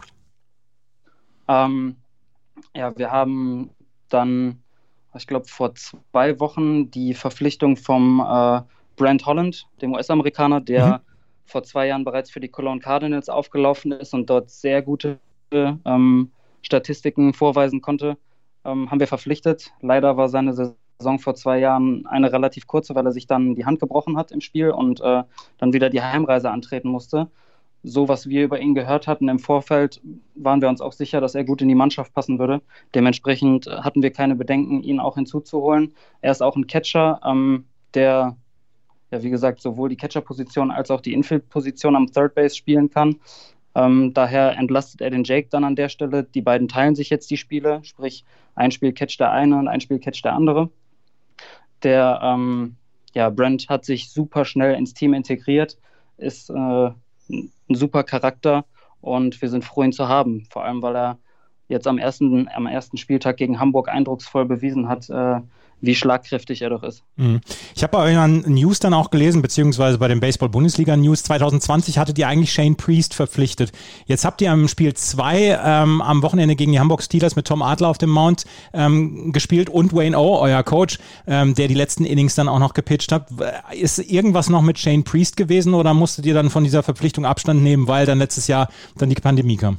Wir haben dann, ich glaube, vor 2 Wochen die Verpflichtung vom Brent Holland, dem US-Amerikaner, der vor 2 Jahren bereits für die Cologne Cardinals aufgelaufen ist und dort sehr gute Statistiken vorweisen konnte, haben wir verpflichtet. Leider war seine Saison vor 2 Jahren eine relativ kurze, weil er sich dann die Hand gebrochen hat im Spiel und dann wieder die Heimreise antreten musste. So, was wir über ihn gehört hatten im Vorfeld, waren wir uns auch sicher, dass er gut in die Mannschaft passen würde. Dementsprechend hatten wir keine Bedenken, ihn auch hinzuzuholen. Er ist auch ein Catcher, der, wie gesagt, sowohl die Catcher-Position als auch die Infield-Position am Third Base spielen kann. Daher entlastet er den Jake dann an der Stelle. Die beiden teilen sich jetzt die Spiele, sprich ein Spiel catcht der eine und ein Spiel catcht der andere. Der Brent hat sich super schnell ins Team integriert, ist ein super Charakter und wir sind froh, ihn zu haben. Vor allem, weil er jetzt am ersten Spieltag gegen Hamburg eindrucksvoll bewiesen hat, wie schlagkräftig er doch ist. Ich habe bei euren News dann auch gelesen, beziehungsweise bei den Baseball-Bundesliga-News, 2020 hattet ihr eigentlich Shane Priest verpflichtet. Jetzt habt ihr im Spiel 2 am Wochenende gegen die Hamburg Steelers mit Tom Adler auf dem Mount gespielt und Wayne O, euer Coach, der die letzten Innings dann auch noch gepitcht hat. Ist irgendwas noch mit Shane Priest gewesen oder musstet ihr dann von dieser Verpflichtung Abstand nehmen, weil dann letztes Jahr dann die Pandemie kam?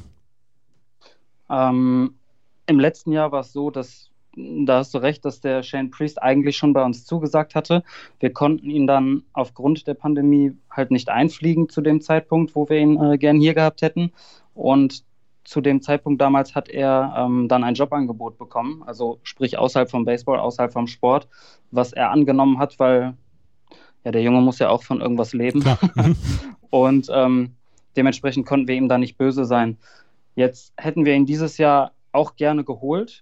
Im letzten Jahr war es so, da hast du recht, dass der Shane Priest eigentlich schon bei uns zugesagt hatte. Wir konnten ihn dann aufgrund der Pandemie halt nicht einfliegen zu dem Zeitpunkt, wo wir ihn gern hier gehabt hätten. Und zu dem Zeitpunkt damals hat er dann ein Jobangebot bekommen, also sprich außerhalb vom Baseball, außerhalb vom Sport, was er angenommen hat, weil der Junge muss ja auch von irgendwas leben. Und dementsprechend konnten wir ihm da nicht böse sein. Jetzt hätten wir ihn dieses Jahr auch gerne geholt,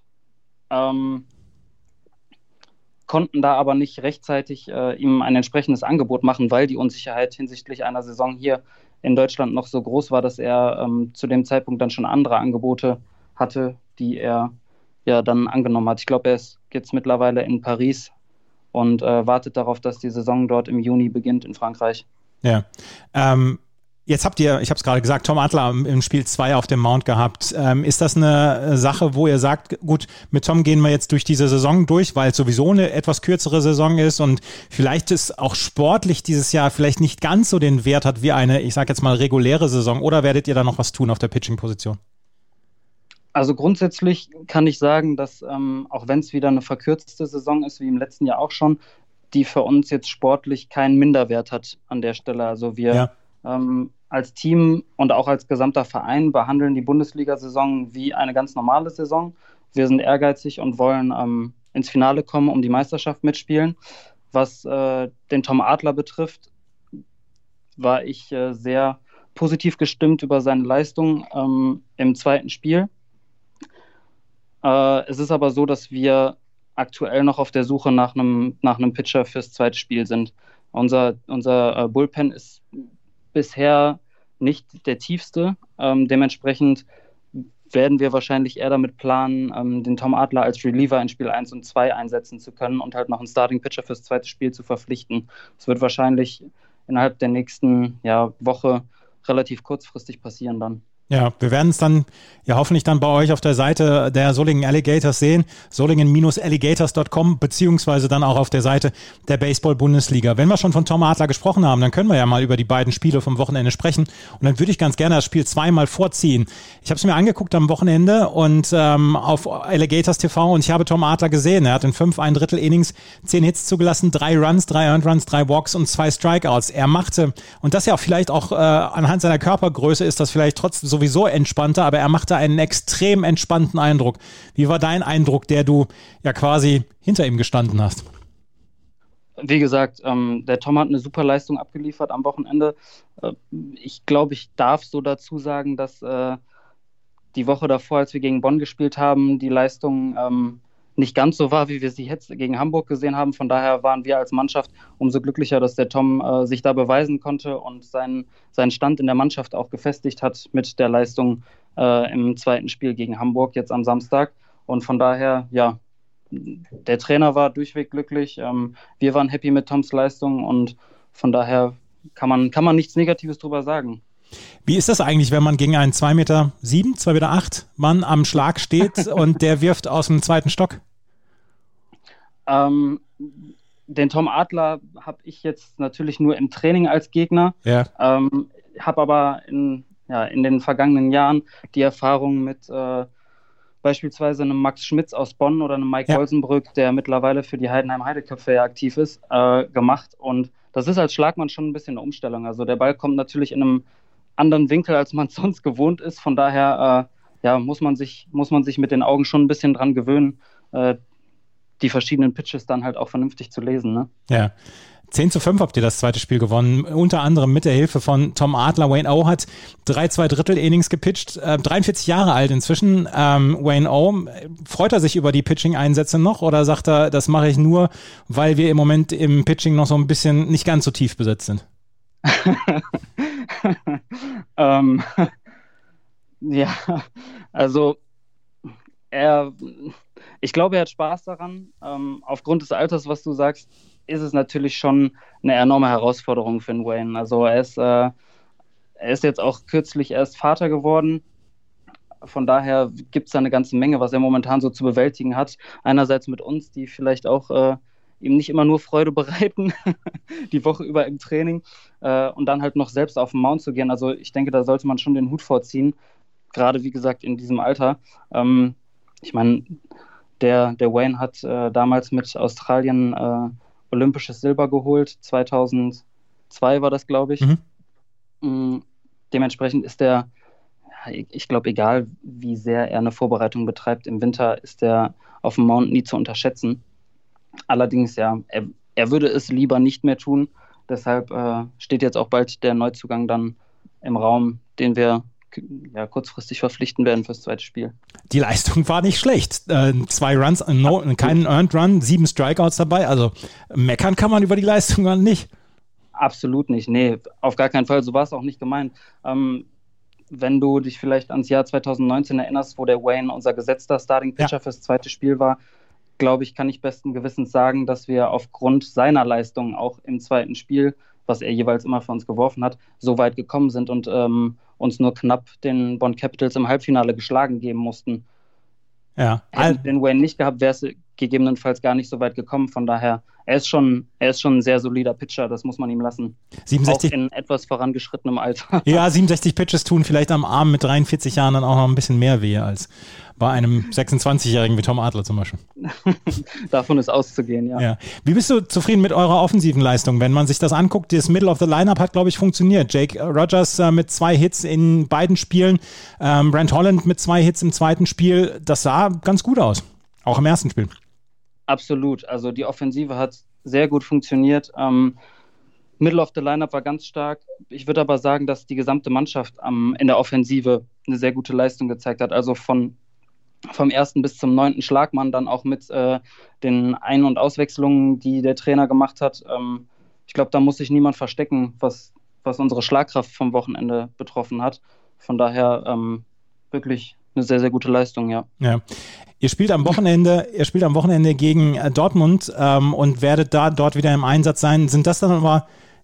konnten da aber nicht rechtzeitig ihm ein entsprechendes Angebot machen, weil die Unsicherheit hinsichtlich einer Saison hier in Deutschland noch so groß war, dass er zu dem Zeitpunkt dann schon andere Angebote hatte, die er dann angenommen hat. Ich glaube, er ist jetzt mittlerweile in Paris und wartet darauf, dass die Saison dort im Juni beginnt in Frankreich. Ja, jetzt habt ihr, ich habe es gerade gesagt, Tom Adler im Spiel 2 auf dem Mount gehabt. Ist das eine Sache, wo ihr sagt, gut, mit Tom gehen wir jetzt durch diese Saison durch, weil es sowieso eine etwas kürzere Saison ist und vielleicht ist auch sportlich dieses Jahr vielleicht nicht ganz so den Wert hat wie eine, ich sage jetzt mal, reguläre Saison, oder werdet ihr da noch was tun auf der Pitching-Position? Also grundsätzlich kann ich sagen, dass auch wenn es wieder eine verkürzte Saison ist, wie im letzten Jahr auch schon, die für uns jetzt sportlich keinen Minderwert hat an der Stelle. Also wir als Team und auch als gesamter Verein behandeln die Bundesliga-Saison wie eine ganz normale Saison. Wir sind ehrgeizig und wollen ins Finale kommen, um die Meisterschaft mitspielen. Was den Tom Adler betrifft, war ich sehr positiv gestimmt über seine Leistung im zweiten Spiel. Es ist aber so, dass wir aktuell noch auf der Suche nach einem Pitcher fürs zweite Spiel sind. Unser Bullpen ist bisher nicht der tiefste. Dementsprechend werden wir wahrscheinlich eher damit planen, den Tom Adler als Reliever in Spiel 1 und 2 einsetzen zu können und halt noch einen Starting-Pitcher fürs zweite Spiel zu verpflichten. Das wird wahrscheinlich innerhalb der nächsten Woche relativ kurzfristig passieren dann. Ja, wir werden es dann hoffentlich dann bei euch auf der Seite der Solingen Alligators sehen, solingen-alligators.com, beziehungsweise dann auch auf der Seite der Baseball-Bundesliga. Wenn wir schon von Tom Adler gesprochen haben, dann können wir ja mal über die beiden Spiele vom Wochenende sprechen und dann würde ich ganz gerne das Spiel zweimal vorziehen. Ich habe es mir angeguckt am Wochenende und auf Alligators TV und ich habe Tom Adler gesehen. Er hat in 5 1/3 Innings 10 Hits zugelassen, 3 Runs, 3 Earned Runs, 3 Walks und 2 Strikeouts. Er machte, und das ja vielleicht auch anhand seiner Körpergröße ist das vielleicht trotzdem sowieso entspannter, aber er machte einen extrem entspannten Eindruck. Wie war dein Eindruck, der du ja quasi hinter ihm gestanden hast? Wie gesagt, der Tom hat eine super Leistung abgeliefert am Wochenende. Ich glaube, ich darf so dazu sagen, dass die Woche davor, als wir gegen Bonn gespielt haben, die Leistung nicht ganz so war, wie wir sie jetzt gegen Hamburg gesehen haben. Von daher waren wir als Mannschaft umso glücklicher, dass der Tom sich da beweisen konnte und seinen Stand in der Mannschaft auch gefestigt hat mit der Leistung im zweiten Spiel gegen Hamburg jetzt am Samstag. Und von daher, ja, der Trainer war durchweg glücklich. Wir waren happy mit Toms Leistung und von daher kann man nichts Negatives drüber sagen. Wie ist das eigentlich, wenn man gegen einen 2,7 Meter, 2,8 Meter Mann am Schlag steht und der wirft aus dem zweiten Stock? Den Tom Adler habe ich jetzt natürlich nur im Training als Gegner. Ja. Habe aber in den vergangenen Jahren die Erfahrung mit beispielsweise einem Max Schmitz aus Bonn oder einem Mike Olsenbrück, der mittlerweile für die Heidenheim-Heideköpfe ja aktiv ist, gemacht. Und das ist als Schlagmann schon ein bisschen eine Umstellung. Also der Ball kommt natürlich in einem anderen Winkel, als man es sonst gewohnt ist. Von daher muss man sich mit den Augen schon ein bisschen dran gewöhnen, die verschiedenen Pitches dann halt auch vernünftig zu lesen. Ne? Ja. 10:5 habt ihr das zweite Spiel gewonnen, unter anderem mit der Hilfe von Tom Adler. Wayne O hat 3 2/3 Innings gepitcht, 43 Jahre alt inzwischen. Wayne O, freut er sich über die Pitching-Einsätze noch oder sagt er, das mache ich nur, weil wir im Moment im Pitching noch so ein bisschen nicht ganz so tief besetzt sind? Ja, also ich glaube, er hat Spaß daran. Aufgrund des Alters, was du sagst, ist es natürlich schon eine enorme Herausforderung für den Wayne. Also er ist jetzt auch kürzlich erst Vater geworden. Von daher gibt es da eine ganze Menge, was er momentan so zu bewältigen hat. Einerseits mit uns, die vielleicht auch ihm nicht immer nur Freude bereiten, die Woche über im Training, und dann halt noch selbst auf den Mount zu gehen. Also ich denke, da sollte man schon den Hut vorziehen, gerade wie gesagt in diesem Alter. Ich meine, der Wayne hat damals mit Australien olympisches Silber geholt, 2002 war das, glaube ich. Dementsprechend ist der, ich glaube, egal wie sehr er eine Vorbereitung betreibt, im Winter ist der auf dem Mount nie zu unterschätzen. Allerdings, ja, er würde es lieber nicht mehr tun. Deshalb steht jetzt auch bald der Neuzugang dann im Raum, den wir kurzfristig verpflichten werden fürs zweite Spiel. Die Leistung war nicht schlecht. 2 Runs, keinen Earned Run, 7 Strikeouts dabei. Also meckern kann man über die Leistung gar nicht. Absolut nicht. Nee, auf gar keinen Fall. So war es auch nicht gemeint. Wenn du dich vielleicht ans Jahr 2019 erinnerst, wo der Wayne unser gesetzter Starting-Pitcher fürs zweite Spiel war, glaube ich, kann ich besten Gewissens sagen, dass wir aufgrund seiner Leistung auch im zweiten Spiel, was er jeweils immer für uns geworfen hat, so weit gekommen sind und uns nur knapp den Bonn Capitals im Halbfinale geschlagen geben mussten. Ja. Hätten den Wayne nicht gehabt, wäre es gegebenenfalls gar nicht so weit gekommen. Von daher, er ist schon ein sehr solider Pitcher, das muss man ihm lassen. 67, auch in etwas vorangeschrittenem Alter. Ja, 67 Pitches tun vielleicht am Arm mit 43 Jahren dann auch noch ein bisschen mehr weh als bei einem 26-Jährigen wie Tom Adler zum Beispiel. Davon ist auszugehen, ja. Wie bist du zufrieden mit eurer offensiven Leistung? Wenn man sich das anguckt, das Middle of the Lineup hat, glaube ich, funktioniert. Jake Rogers mit 2 Hits in beiden Spielen, Brent Holland mit 2 Hits im zweiten Spiel, das sah ganz gut aus, auch im ersten Spiel. Absolut, also die Offensive hat sehr gut funktioniert. Middle of the Lineup war ganz stark. Ich würde aber sagen, dass die gesamte Mannschaft in der Offensive eine sehr gute Leistung gezeigt hat. Also vom 1. bis zum 9. Schlagmann, dann auch mit den Ein- und Auswechslungen, die der Trainer gemacht hat. Ich glaube, da muss sich niemand verstecken, was unsere Schlagkraft vom Wochenende betroffen hat. Von daher wirklich eine sehr, sehr gute Leistung, ja. Ihr spielt am Wochenende gegen Dortmund und werdet dort wieder im Einsatz sein. Sind das dann aber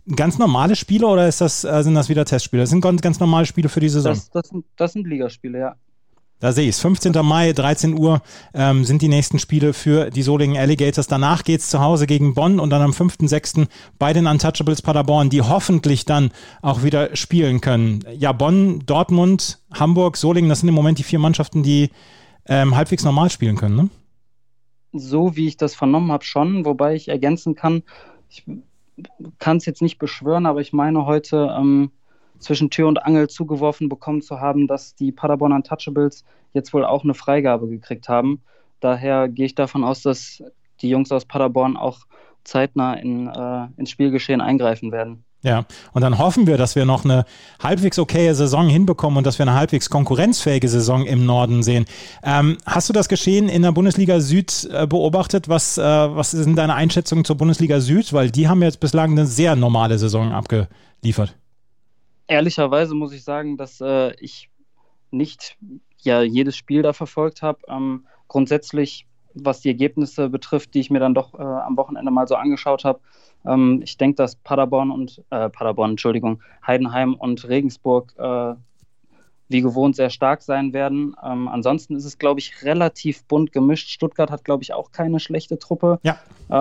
ganz normale Spiele oder sind das wieder Testspiele? Das sind ganz normale Spiele für die Saison. Das sind Ligaspiele, ja. Da sehe ich es. 15. Mai, 13 Uhr sind die nächsten Spiele für die Solingen Alligators. Danach geht es zu Hause gegen Bonn und dann am 5.6. bei den Untouchables Paderborn, die hoffentlich dann auch wieder spielen können. Ja, Bonn, Dortmund, Hamburg, Solingen, das sind im Moment die 4 Mannschaften, die halbwegs normal spielen können, ne? So wie ich das vernommen habe schon, wobei ich ergänzen kann, ich kann es jetzt nicht beschwören, aber ich meine heute zwischen Tür und Angel zugeworfen bekommen zu haben, dass die Paderborn Untouchables jetzt wohl auch eine Freigabe gekriegt haben. Daher gehe ich davon aus, dass die Jungs aus Paderborn auch zeitnah ins Spielgeschehen eingreifen werden. Ja, und dann hoffen wir, dass wir noch eine halbwegs okaye Saison hinbekommen und dass wir eine halbwegs konkurrenzfähige Saison im Norden sehen. Hast du das Geschehen in der Bundesliga Süd beobachtet? Was sind deine Einschätzungen zur Bundesliga Süd? Weil die haben jetzt bislang eine sehr normale Saison abgeliefert. Ehrlicherweise muss ich sagen, dass ich nicht jedes Spiel da verfolgt habe. Grundsätzlich, was die Ergebnisse betrifft, die ich mir dann doch am Wochenende mal so angeschaut habe, ich denke, dass Heidenheim und Regensburg wie gewohnt sehr stark sein werden. Ansonsten ist es, glaube ich, relativ bunt gemischt. Stuttgart hat, glaube ich, auch keine schlechte Truppe. Ja.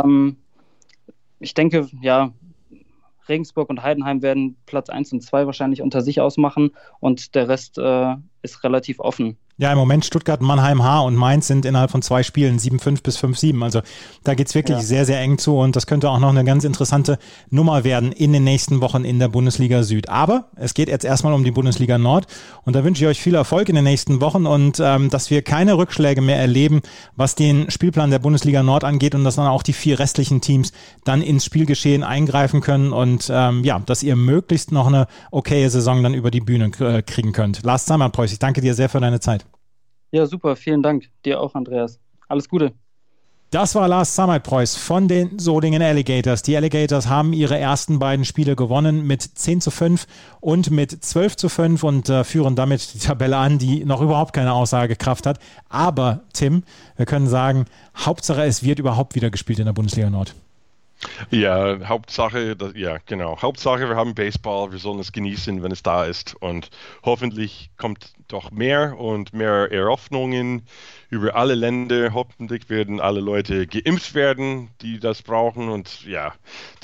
Ich denke, Regensburg und Heidenheim werden Platz 1 und 2 wahrscheinlich unter sich ausmachen und der Rest ist relativ offen. Ja, im Moment Stuttgart, Mannheim, Haar und Mainz sind innerhalb von 2 Spielen 7-5 bis 5-7. Also da geht es wirklich sehr, sehr eng zu und das könnte auch noch eine ganz interessante Nummer werden in den nächsten Wochen in der Bundesliga Süd. Aber es geht jetzt erstmal um die Bundesliga Nord und da wünsche ich euch viel Erfolg in den nächsten Wochen und dass wir keine Rückschläge mehr erleben, was den Spielplan der Bundesliga Nord angeht und dass dann auch die 4 restlichen Teams dann ins Spielgeschehen eingreifen können und dass ihr möglichst noch eine okaye Saison dann über die Bühne kriegen könnt. Lars Sammerpreuß, ich danke dir sehr für deine Zeit. Ja, super. Vielen Dank. Dir auch, Andreas. Alles Gute. Das war Lars Sammerpreuß von den Solingen Alligators. Die Alligators haben ihre ersten beiden Spiele gewonnen mit 10-5 und mit 12-5 und führen damit die Tabelle an, die noch überhaupt keine Aussagekraft hat. Aber, Tim, wir können sagen, Hauptsache es wird überhaupt wieder gespielt in der Bundesliga Nord. Ja, Hauptsache, Hauptsache, wir haben Baseball, wir sollen es genießen, wenn es da ist. Und hoffentlich kommt doch mehr und mehr Eröffnungen über alle Länder. Hoffentlich werden alle Leute geimpft werden, die das brauchen. Und ja,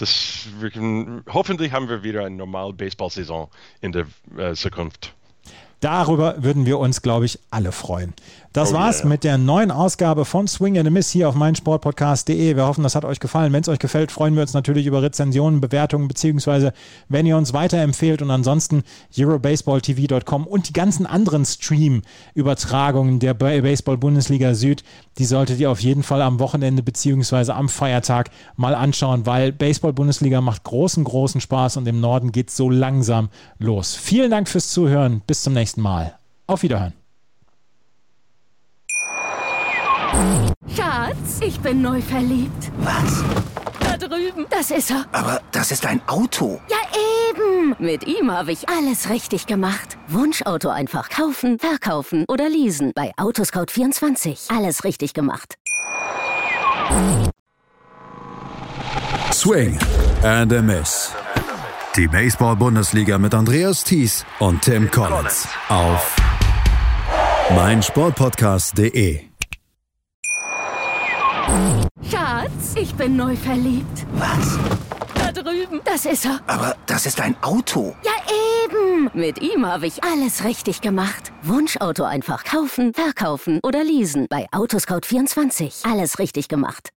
hoffentlich haben wir wieder eine normale Baseball-Saison in der Zukunft. Darüber würden wir uns, glaube ich, alle freuen. Das war's mit der neuen Ausgabe von Swing and a Miss hier auf meinsportpodcast.de. Wir hoffen, das hat euch gefallen. Wenn es euch gefällt, freuen wir uns natürlich über Rezensionen, Bewertungen, beziehungsweise wenn ihr uns weiterempfehlt und ansonsten eurobaseballtv.com und die ganzen anderen Stream-Übertragungen der Baseball-Bundesliga Süd, die solltet ihr auf jeden Fall am Wochenende beziehungsweise am Feiertag mal anschauen, weil Baseball-Bundesliga macht großen Spaß und im Norden geht's so langsam los. Vielen Dank fürs Zuhören. Bis zum nächsten Mal. Auf Wiederhören. Schatz, ich bin neu verliebt. Was? Da drüben. Das ist er. Aber das ist ein Auto. Ja, eben. Mit ihm habe ich alles richtig gemacht. Wunschauto einfach kaufen, verkaufen oder leasen. Bei Autoscout24. Alles richtig gemacht. Swing and a Miss. Die Baseball-Bundesliga mit Andreas Thies und Tim Collins auf meinsportpodcast.de. Schatz, ich bin neu verliebt. Was? Da drüben. Das ist er. Aber das ist ein Auto. Ja, eben. Mit ihm habe ich alles richtig gemacht. Wunschauto einfach kaufen, verkaufen oder leasen. Bei Autoscout24. Alles richtig gemacht.